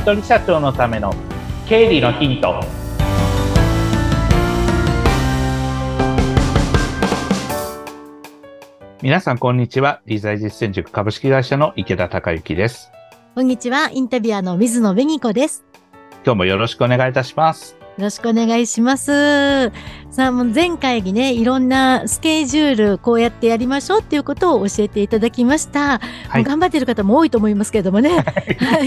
人社長のための経理のヒント。皆さんこんにちは。理財実践塾株式会社の池田孝之です。 こんにちは。インタビュアーの水野紅子です。 今日もよろしくお願いいたします。 よろしくお願いします。さあ、もう前回にね、いろんなスケジュール、こうやってやりましょうっていうことを教えていただきました。 はい、 もう頑張っている方も多いと思いますけれどもね。はい。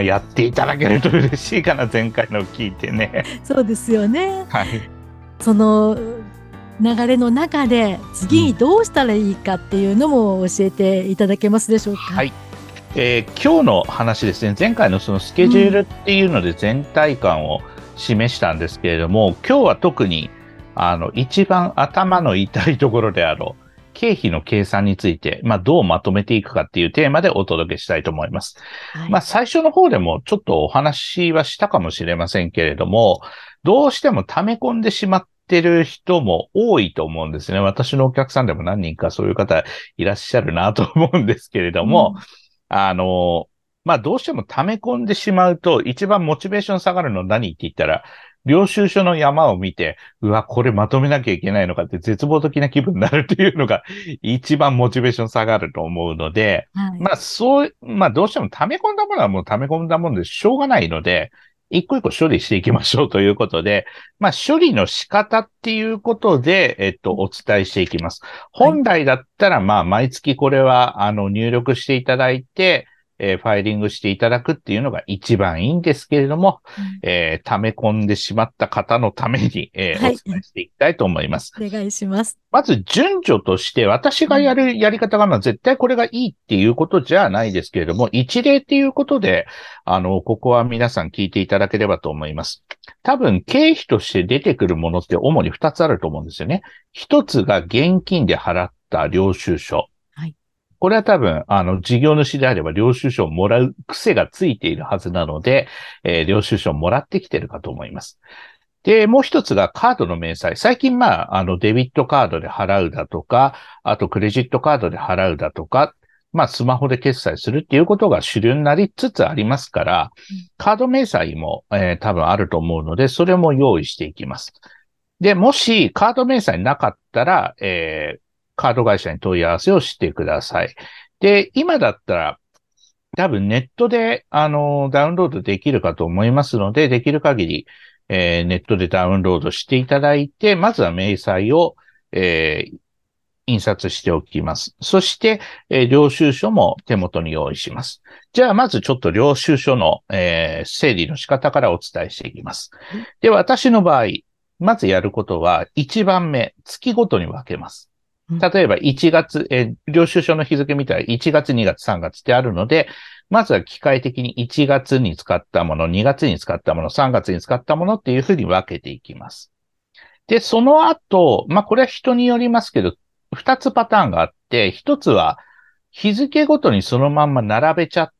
やっていただけると嬉しいかな、前回のを聞いてね。 そうですよね。 はい。 その流れの中で次にどうしたらいいかっていうのも教えていただけますでしょうか。 はい。今日の話ですね、前回のそのスケジュールっていうので全体感を示したんですけれども、今日は特に一番頭の痛いところであろう経費の計算について、どうまとめていくかっていうテーマでお届けしたいと思います。 はい。 最初の方でもちょっとお話はしたかもしれませんけれども、どうしても溜め込んでしまってる人も多いと思うんですね。私のお客さんでも何人かそういう方いらっしゃるなと思うんですけれども、どうしても溜め込んでしまうと、一番モチベーション下がるの何って言ったら、領収書の山を見て、うわ、これまとめなきゃいけないのかって絶望的な気分になるっていうのが、一番モチベーション下がると思うので、 はい。 どうしても溜め込んだものはもう溜め込んだものでしょうがないので、一個一個処理していきましょうということで、処理の仕方っていうことで、お伝えしていきます。 はい。 本来だったら、毎月これは、入力していただいて、ファイリングしていただくっていうのが一番いいんですけれども、溜め込んでしまった方のために、お伝はい。 えしていきたいと思います。 お願いします。 まず順序として私がやるやり方が絶対これがいいっていうことじゃないですけれども、一例っていうことで、ここは皆さん聞いていただければと思います。多分経費として出てくるものって主に2つあると思うんですよね。一つが現金で払った領収書。 はい。 これは多分、事業主であれば領収書をもらう癖がついているはずなので、領収書をもらってきてるかと思います。で、もう一つがカードの明細。最近、デビットカードで払うだとか、あとクレジットカードで払うだとか、スマホで決済するっていうことが主流になりつつありますから、カード明細も、多分あると思うので、それも用意していきます。で、もしカード明細なかったら、カード会社に問い合わせをしてください。で、今だったら、多分ネットで、ダウンロードできるかと思いますので、できる限り、ネットでダウンロードしていただいて、まずは明細を、印刷しておきます。そして、領収書も手元に用意します。じゃあ、まずちょっと領収書の、整理の仕方からお伝えしていきます。で、私の場合、まずやることは、1番目、月ごとに分けます。例えば1月、領収書の日付見たら1月、2月、3月ってあるので、まずは機械的に1月に使ったもの、2月に使ったもの、3月に使ったものっていうふうに分けていきます。で、その後、これは人によりますけど、2つパターンがあって、1つは日付ごとにそのまんま並べちゃって、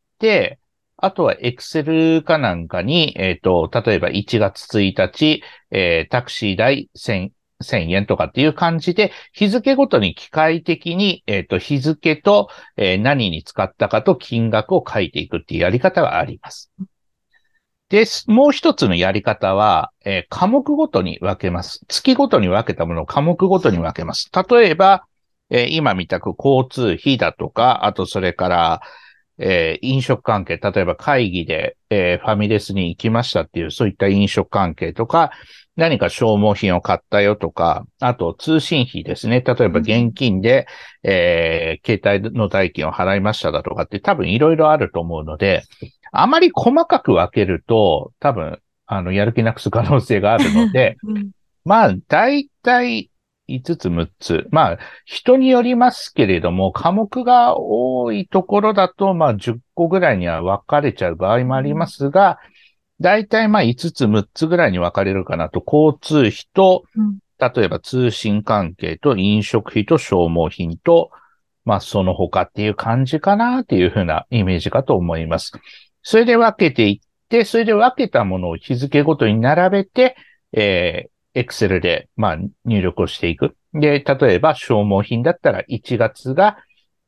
あとは Excel かなんかに、例えば1月1日、タクシー代1000円とかっていう感じで、日付ごとに機械的に、日付と、何に使ったかと金額を書いていくっていうやり方があります。で、もう一つのやり方は、科目ごとに分けます。月ごとに分けたものを科目ごとに分けます。例えば、今見たく交通費だとか、あとそれから、飲食関係、例えば会議で、ファミレスに行きましたっていう、そういった飲食関係とか、何か消耗品を買ったよとか、あと通信費ですね。例えば現金で、携帯の代金を払いましただとかって多分いろいろあると思うので、あまり細かく分けると、多分、やる気なくす可能性があるので、だいたい5つ、6つ。人によりますけれども、科目が多いところだと、10個ぐらいには分かれちゃう場合もありますが、だいたい5つ、6つぐらいに分かれるかなと、交通費と、例えば通信関係と飲食費と消耗品と、その他っていう感じかなっていうふうなイメージかと思います。それで分けていって、それで分けたものを日付ごとに並べて、Excel で、入力をしていく。で、例えば消耗品だったら1月が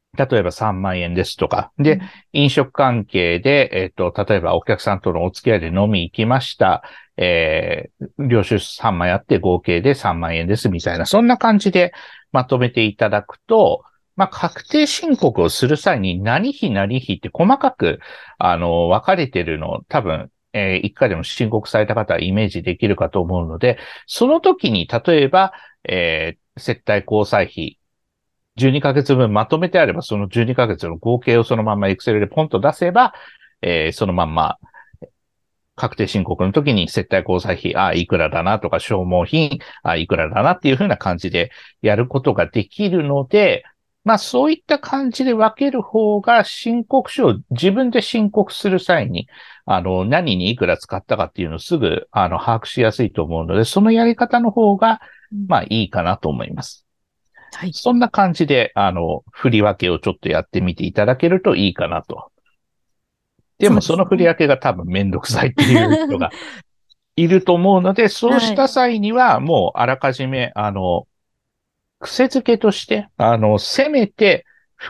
例えば3万円ですとか。で、飲食関係で、例えばお客さんとのお付き合いで飲み行きました。領収書3枚あって合計で3万円ですみたいな、そんな感じでまとめていただくと、まあ、確定申告をする際に何費何費って細かく、分かれてるのを多分、一回でも申告された方はイメージできるかと思うので、その時に例えば、接待交際費、12ヶ月分まとめてあれば、その12ヶ月の合計をそのまま Excel でポンと出せば、そのまんま確定申告の時に接待交際費、いくらだなとか消耗品、いくらだなっていう風な感じでやることができるので、まあそういった感じで分ける方が申告書を自分で申告する際に、何にいくら使ったかっていうのをすぐ、把握しやすいと思うので、そのやり方の方が、まあいいかなと思います。 はい。 そんな感じで、振り分けをちょっとやってみていただけるといいかなと。でも、その振り分けが多分めんどくさいっていう人がいると思うので、そうした際には、もうあらかじめ、癖付けとして、せめて、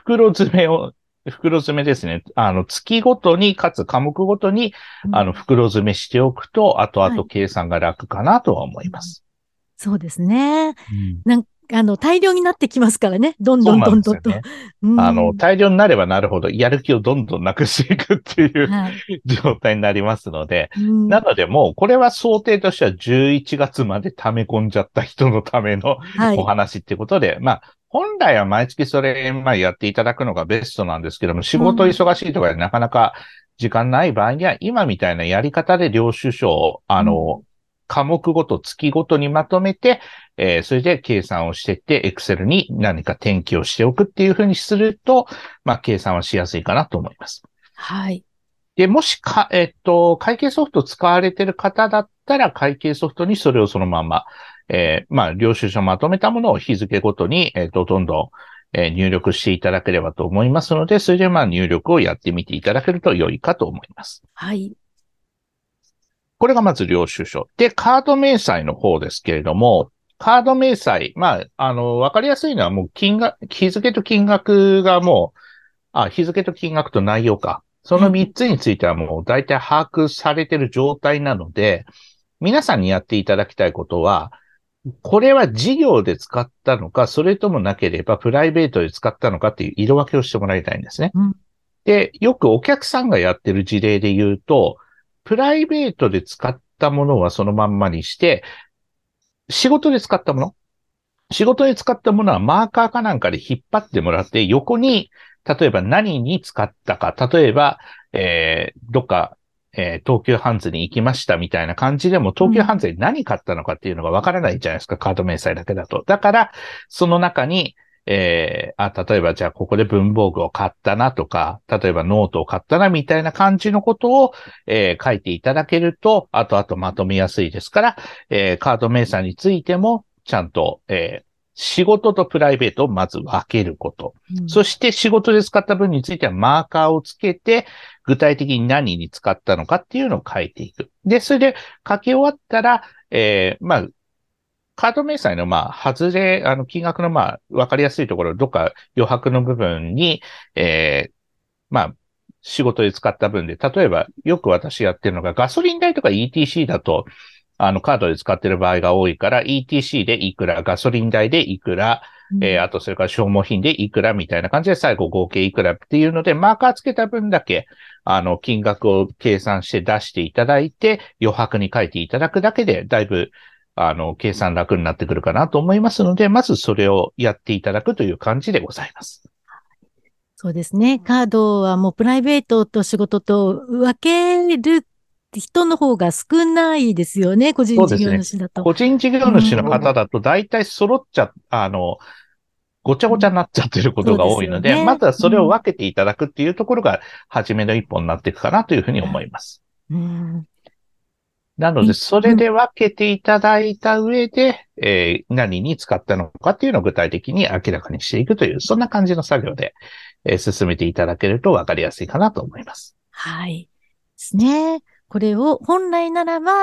袋詰めですね。月ごとに、かつ科目ごとに、袋詰めしておくと、後々計算が楽かなとは思います。 そうですね。 うん、 大量になってきますからね。どんどんどんどんと。 大量になればなるほど、やる気をどんどんなくしていくっていう、 はい、 状態になりますので、なのでもう、これは想定としては11月まで溜め込んじゃった人のためのお話っていうことで、まあ、本来は毎月それ、まあ、やっていただくのがベストなんですけども、仕事忙しいとかでなかなか時間ない場合には、今みたいなやり方で領収書を、科目ごと、月ごとにまとめて、それで計算をしていって、Excel に何か転記をしておくっていうふうにすると、まあ、計算はしやすいかなと思います。 はい。 で、もしか、会計ソフト使われている方だったら、会計ソフトにそれをそのまま、まあ、領収書まとめたものを日付ごとに、どんどん、入力していただければと思いますので、それでまあ、入力をやってみていただけると良いかと思います。 はい。 これがまず領収書。で、カード明細の方ですけれども、カード明細、まあ、わかりやすいのはもう日付と金額がもう、日付と金額と内容か。その3つについてはもう大体把握されている状態なので、皆さんにやっていただきたいことは、これは事業で使ったのか、それともなければプライベートで使ったのかっていう色分けをしてもらいたいんですね。で、よくお客さんがやってる事例で言うと、プライベートで使ったものはそのまんまにして、仕事で使ったもの仕事で使ったものはマーカーかなんかで引っ張ってもらって、横に、例えば何に使ったか、例えば、どっか、東急ハンズに行きましたみたいな感じでも、東急ハンズで何買ったのかっていうのがわからないじゃないですか、カード明細だけだと。だから、その中に、例えばじゃあここで文房具を買ったなとか、例えばノートを買ったなみたいな感じのことを、書いていただけると、後々まとめやすいですから、カード明細についても、ちゃんと、仕事とプライベートをまず分けること。そして仕事で使った分についてはマーカーをつけて、具体的に何に使ったのかっていうのを書いていく。で、それで書き終わったら、まあ、カード明細の、まあ、金額の、まあ、わかりやすいところ、どっか余白の部分に、まあ、仕事で使った分で、例えば、よく私やってるのが、ガソリン代とか ETC だと、カードで使ってる場合が多いから、ETC でいくら、ガソリン代でいくら、あとそれから消耗品でいくらみたいな感じで最後合計いくらっていうので、マーカーつけた分だけ、金額を計算して出していただいて、余白に書いていただくだけで、だいぶ、計算楽になってくるかなと思いますので、まずそれをやっていただくという感じでございます。 そうですね。カードはもうプライベートと仕事と分ける人の方が少ないですよね。個人事業主だと。 個人事業主の方だと大体揃っちゃ、ごちゃごちゃになっちゃってることが多いので、まずはそれを分けていただくっていうところが、初めの一歩になっていくかなというふうに思います。なので、それで分けていただいた上で、何に使ったのかっていうのを具体的に明らかにしていくという、そんな感じの作業で、進めていただけると分かりやすいかなと思います。 はい。ですね。これを本来ならば、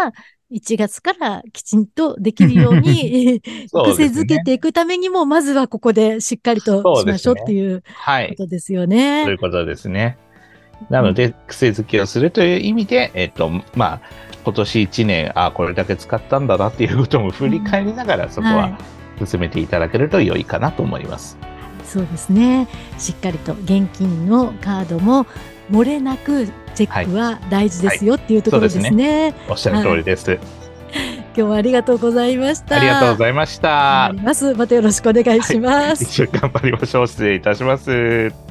1月からきちんとできるようにそうですね。 癖づけていくためにも、まずはここでしっかりとしましょうってそうですね。 いうはい。 ことですよそうね。 いうことですね。なうんので、癖づけをするという意味で、まあ、今年1年、これだけ使ったんだなっていうことも振り返りながら、そこははい。 進めていただけると良いかなと思います。 そうですね。しっかりと現金のカードも漏れなくチェはい。 ックは大事ではい。 すよっていうところですそうですね。 ね。 おっしゃる通はい。 りです。 今日はありがとうございましありがとうごた。 ざいまし頑張た。 ります。またよろしくお願いはい。 します。 一緒に頑張りましょう。失礼いたします。